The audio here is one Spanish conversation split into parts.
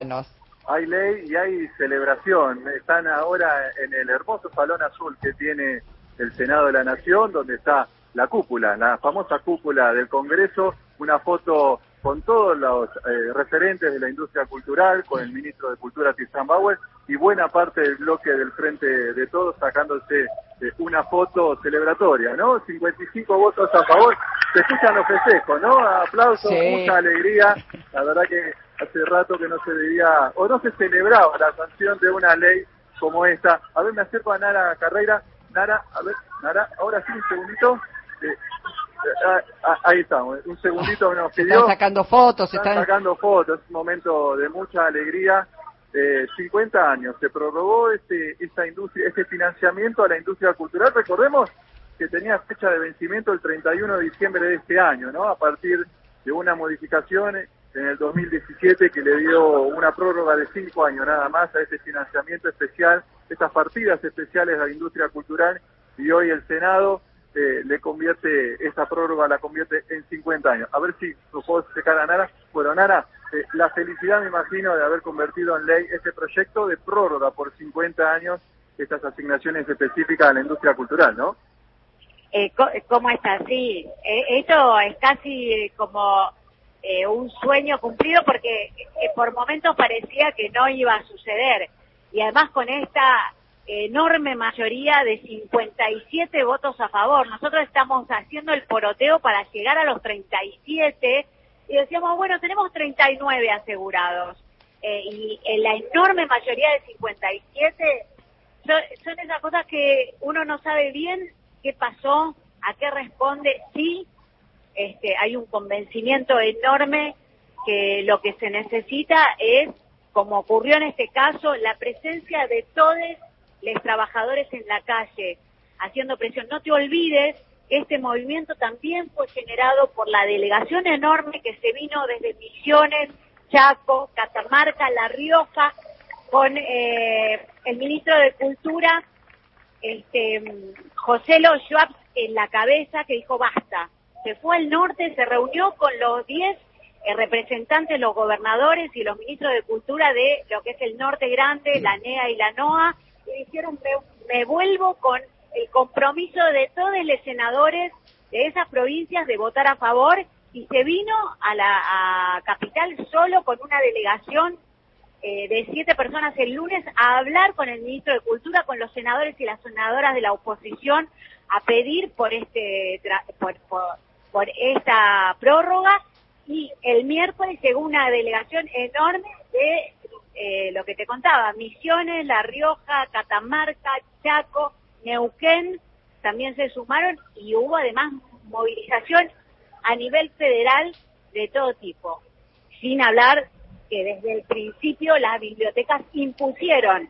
Hay ley y hay celebración. Están ahora en el hermoso Salón Azul que tiene el Senado de la Nación, donde está la cúpula, la famosa cúpula del Congreso, una foto con todos los referentes de la industria cultural, con el ministro de Cultura, Tristan Bauer, y buena parte del bloque del Frente de Todos sacándose una foto celebratoria, ¿no? 55 votos a favor, se escuchan los festejos, ¿no? Aplausos, sí. Mucha alegría, la verdad que hace rato que no se veía, o no se celebraba la sanción de una ley como esta. A ver, me acerco a Nara Carreira. Nara, a ver, Nara, ahora sí, un segundito. Ahí estamos, un segundito que nos pidió. Están sacando fotos. Están sacando fotos, es un momento de mucha alegría. 50 años, se prorrogó esta industria, este financiamiento a la industria cultural. Recordemos que tenía fecha de vencimiento el 31 de diciembre de este año, ¿no? A partir de una modificación en el 2017 que le dio una prórroga de 5 años nada más a este financiamiento especial, estas partidas especiales a la industria cultural, y hoy el Senado le convierte, esta prórroga la convierte en 50 años. A ver si lo puedo explicar a Nara. Bueno, Nara, la felicidad, me imagino, de haber convertido en ley este proyecto de prórroga por 50 años, estas asignaciones específicas a la industria cultural, ¿no? ¿Cómo está? Sí, esto es casi como un sueño cumplido, porque por momentos parecía que no iba a suceder, y además con esta enorme mayoría de 57 votos a favor. Nosotros estamos haciendo el poroteo para llegar a los 37 y decíamos, bueno, tenemos 39 asegurados, y en la enorme mayoría de 57 son esas cosas que uno no sabe bien qué pasó, a qué responde. Sí, hay un convencimiento enorme que lo que se necesita es, como ocurrió en este caso, la presencia de todos los trabajadores en la calle, haciendo presión. No te olvides que este movimiento también fue generado por la delegación enorme que se vino desde Misiones, Chaco, Catamarca, La Rioja, con el ministro de Cultura, José Lo Schwab, en la cabeza, que dijo basta. Se fue al norte, se reunió con los 10 representantes, los gobernadores y los ministros de Cultura de lo que es el Norte Grande, la NEA y la NOA, y dijeron, me vuelvo con el compromiso de todos los senadores de esas provincias de votar a favor, y se vino a Capital solo con una delegación de 7 personas el lunes a hablar con el ministro de Cultura, con los senadores y las senadoras de la oposición, a pedir por por esta prórroga, y el miércoles llegó una delegación enorme de lo que te contaba, Misiones, La Rioja, Catamarca, Chaco, Neuquén, también se sumaron, y hubo además movilización a nivel federal de todo tipo, sin hablar que desde el principio las bibliotecas impusieron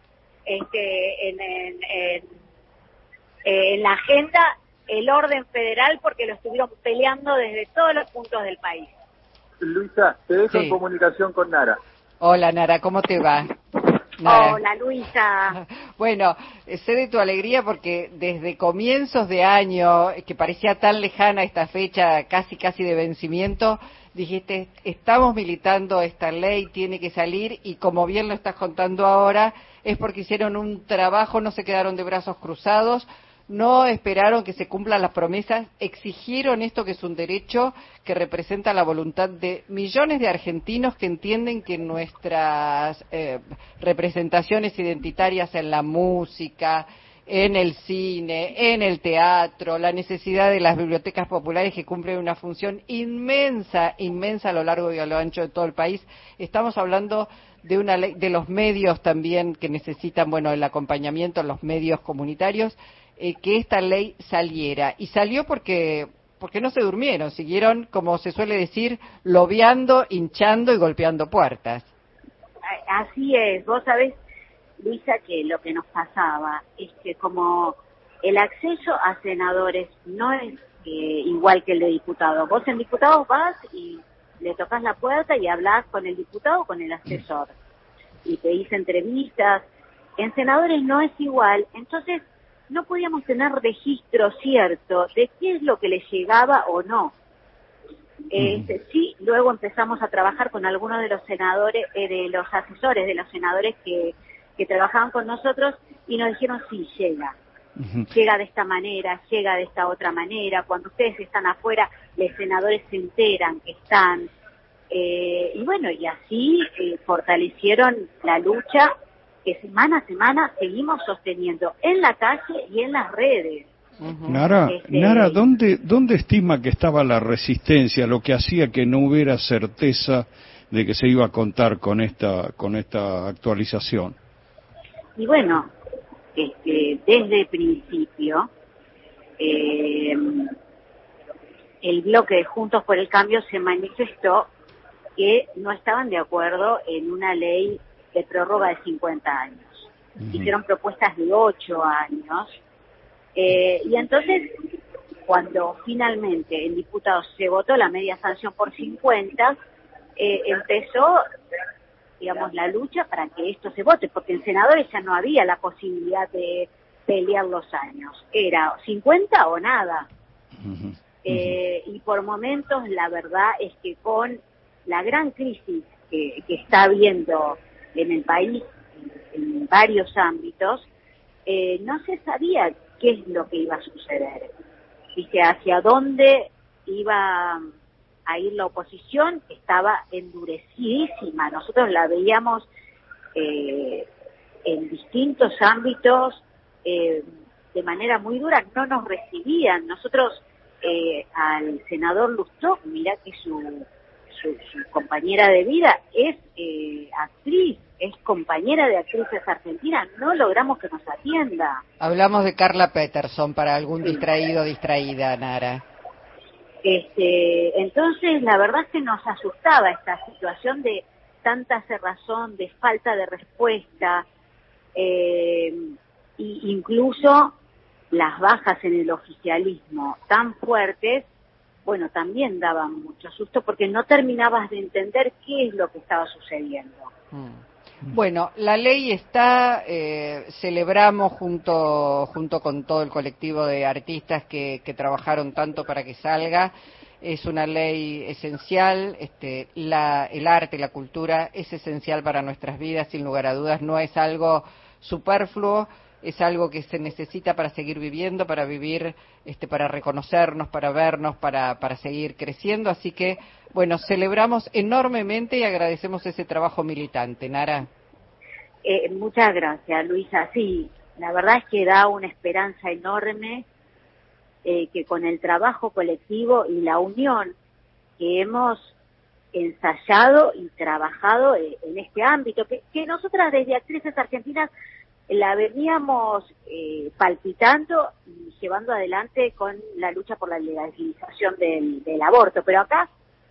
en la agenda el orden federal, porque lo estuvieron peleando desde todos los puntos del país. Luisa, te dejo en comunicación con Nara. Hola Nara, ¿cómo te va? Nara. Hola Luisa. Bueno, sé de tu alegría porque desde comienzos de año, que parecía tan lejana esta fecha, casi de vencimiento, dijiste, estamos militando esta ley, tiene que salir, y como bien lo estás contando ahora, es porque hicieron un trabajo, no se quedaron de brazos cruzados, no esperaron que se cumplan las promesas, exigieron esto, que es un derecho que representa la voluntad de millones de argentinos que entienden que nuestras representaciones identitarias en la música, en el cine, en el teatro, la necesidad de las bibliotecas populares, que cumplen una función inmensa a lo largo y a lo ancho de todo el país. Estamos hablando de una ley, de los medios también, que necesitan, el acompañamiento en los medios comunitarios, que esta ley saliera. Y salió porque no se durmieron, siguieron, como se suele decir, lobeando, hinchando y golpeando puertas. Así es, vos sabés, Luisa, que lo que nos pasaba es que como el acceso a senadores no es igual que el de diputados. Vos en diputados vas y le tocas la puerta y hablas con el diputado o con el asesor, y te dice entrevistas. En senadores no es igual, entonces no podíamos tener registro cierto de qué es lo que les llegaba o no. Sí, luego empezamos a trabajar con algunos de los senadores, de los asesores de los senadores que trabajaban con nosotros y nos dijeron, sí, llega. Llega de esta manera, llega de esta otra manera. Cuando ustedes están afuera, los senadores se enteran que están. Y bueno, y así fortalecieron la lucha que semana a semana seguimos sosteniendo en la calle y en las redes. Nara, ¿dónde estima que estaba la resistencia, lo que hacía que no hubiera certeza de que se iba a contar con esta actualización? Y bueno, desde el principio, el bloque de Juntos por el Cambio se manifestó que no estaban de acuerdo en una ley de prórroga de 50 años. Hicieron propuestas de 8 años. Y entonces, cuando finalmente en diputados se votó la media sanción por 50, empezó, digamos, la lucha para que esto se vote, porque en senadores ya no había la posibilidad de pelear los años. Era 50 o nada. Y por momentos, la verdad es que con la gran crisis que está habiendo en el país, en varios ámbitos, no se sabía qué es lo que iba a suceder. Dice, hacia dónde iba a ir la oposición, estaba endurecidísima. Nosotros la veíamos en distintos ámbitos de manera muy dura, no nos recibían. Nosotros al senador Lustó, mirá que su compañera de vida es actriz, es compañera de actrices argentinas, no logramos que nos atienda. Hablamos de Carla Peterson para algún distraído o distraída, Nara. Entonces, la verdad es que nos asustaba esta situación de tanta cerrazón, de falta de respuesta, y incluso las bajas en el oficialismo tan fuertes, bueno, también daban mucho susto porque no terminabas de entender qué es lo que estaba sucediendo. Bueno, la ley está, celebramos junto con todo el colectivo de artistas que trabajaron tanto para que salga. Es una ley esencial, el arte, la cultura es esencial para nuestras vidas, sin lugar a dudas, no es algo superfluo, es algo que se necesita para seguir viviendo, para vivir, para reconocernos, para vernos, para seguir creciendo. Así que, bueno, celebramos enormemente y agradecemos ese trabajo militante. Nara. Muchas gracias, Luisa. Sí, la verdad es que da una esperanza enorme que con el trabajo colectivo y la unión que hemos ensayado y trabajado en este ámbito, que nosotras desde Actrices Argentinas la veníamos palpitando y llevando adelante con la lucha por la legalización del aborto, pero acá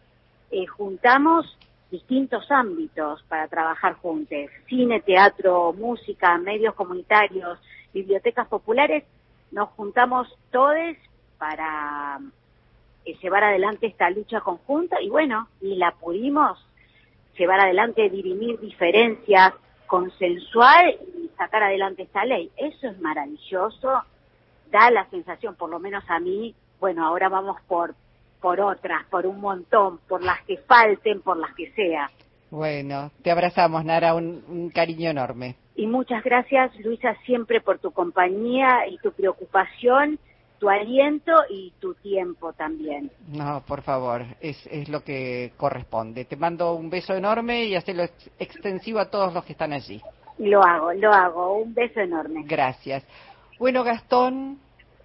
juntamos distintos ámbitos para trabajar juntos: cine, teatro, música, medios comunitarios, bibliotecas populares. Nos juntamos todos para llevar adelante esta lucha conjunta y bueno, y la pudimos llevar adelante, dirimir diferencias, consensuar y sacar adelante esta ley. Eso es maravilloso, da la sensación, por lo menos a mí, bueno, ahora vamos por otras, por un montón, por las que falten, por las que sea. Bueno, te abrazamos, Nara, un cariño enorme. Y muchas gracias, Luisa, siempre por tu compañía y tu preocupación, tu aliento y tu tiempo también. No, por favor, es lo que corresponde. Te mando un beso enorme y hacelo extensivo a todos los que están allí. Lo hago, un beso enorme. Gracias. Bueno, Gastón.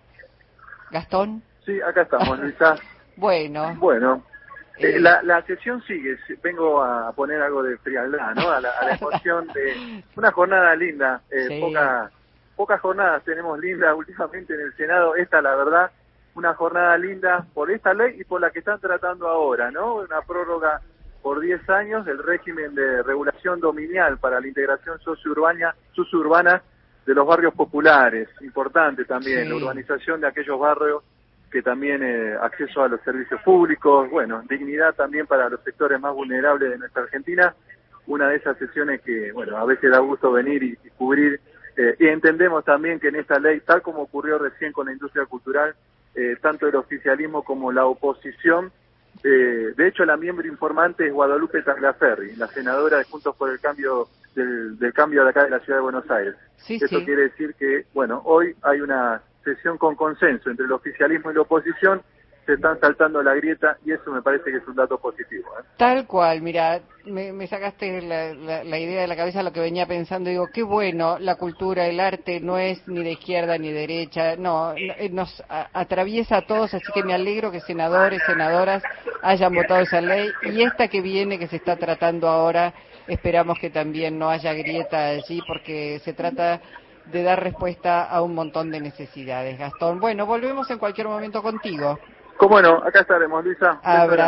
Sí, acá estamos, Luisa. Bueno, la sesión sigue. Vengo a poner algo de frialdad, ¿no? A la emoción de una jornada linda. Sí. Pocas jornadas tenemos lindas últimamente en el Senado. Esta, la verdad, una jornada linda por esta ley y por la que están tratando ahora, ¿no? Una prórroga por 10 años del régimen de regulación dominial para la integración suburbana de los barrios populares. Importante también, sí. La urbanización de aquellos barrios que también acceso a los servicios públicos, bueno, dignidad también para los sectores más vulnerables de nuestra Argentina. Una de esas sesiones que, bueno, a veces da gusto venir y cubrir. Y entendemos también que en esta ley, tal como ocurrió recién con la industria cultural, tanto el oficialismo como la oposición De hecho, la miembro informante es Guadalupe Tagliaferri, la senadora de Juntos por el Cambio del cambio de acá de la Ciudad de Buenos Aires. Sí, Esto sí. quiere decir que, bueno, hoy hay una sesión con consenso entre el oficialismo y la oposición, se están saltando la grieta y eso me parece que es un dato positivo. Tal cual, mira, me sacaste la idea de la cabeza, lo que venía pensando, digo, qué bueno, la cultura, el arte no es ni de izquierda ni derecha, no, nos atraviesa a todos, así que me alegro que senadores, senadoras hayan votado esa ley, y esta que viene, que se está tratando ahora, esperamos que también no haya grieta allí, porque se trata de dar respuesta a un montón de necesidades. Gastón, bueno, volvemos en cualquier momento contigo. Cómo no, acá estaremos, Luisa. Abrazo.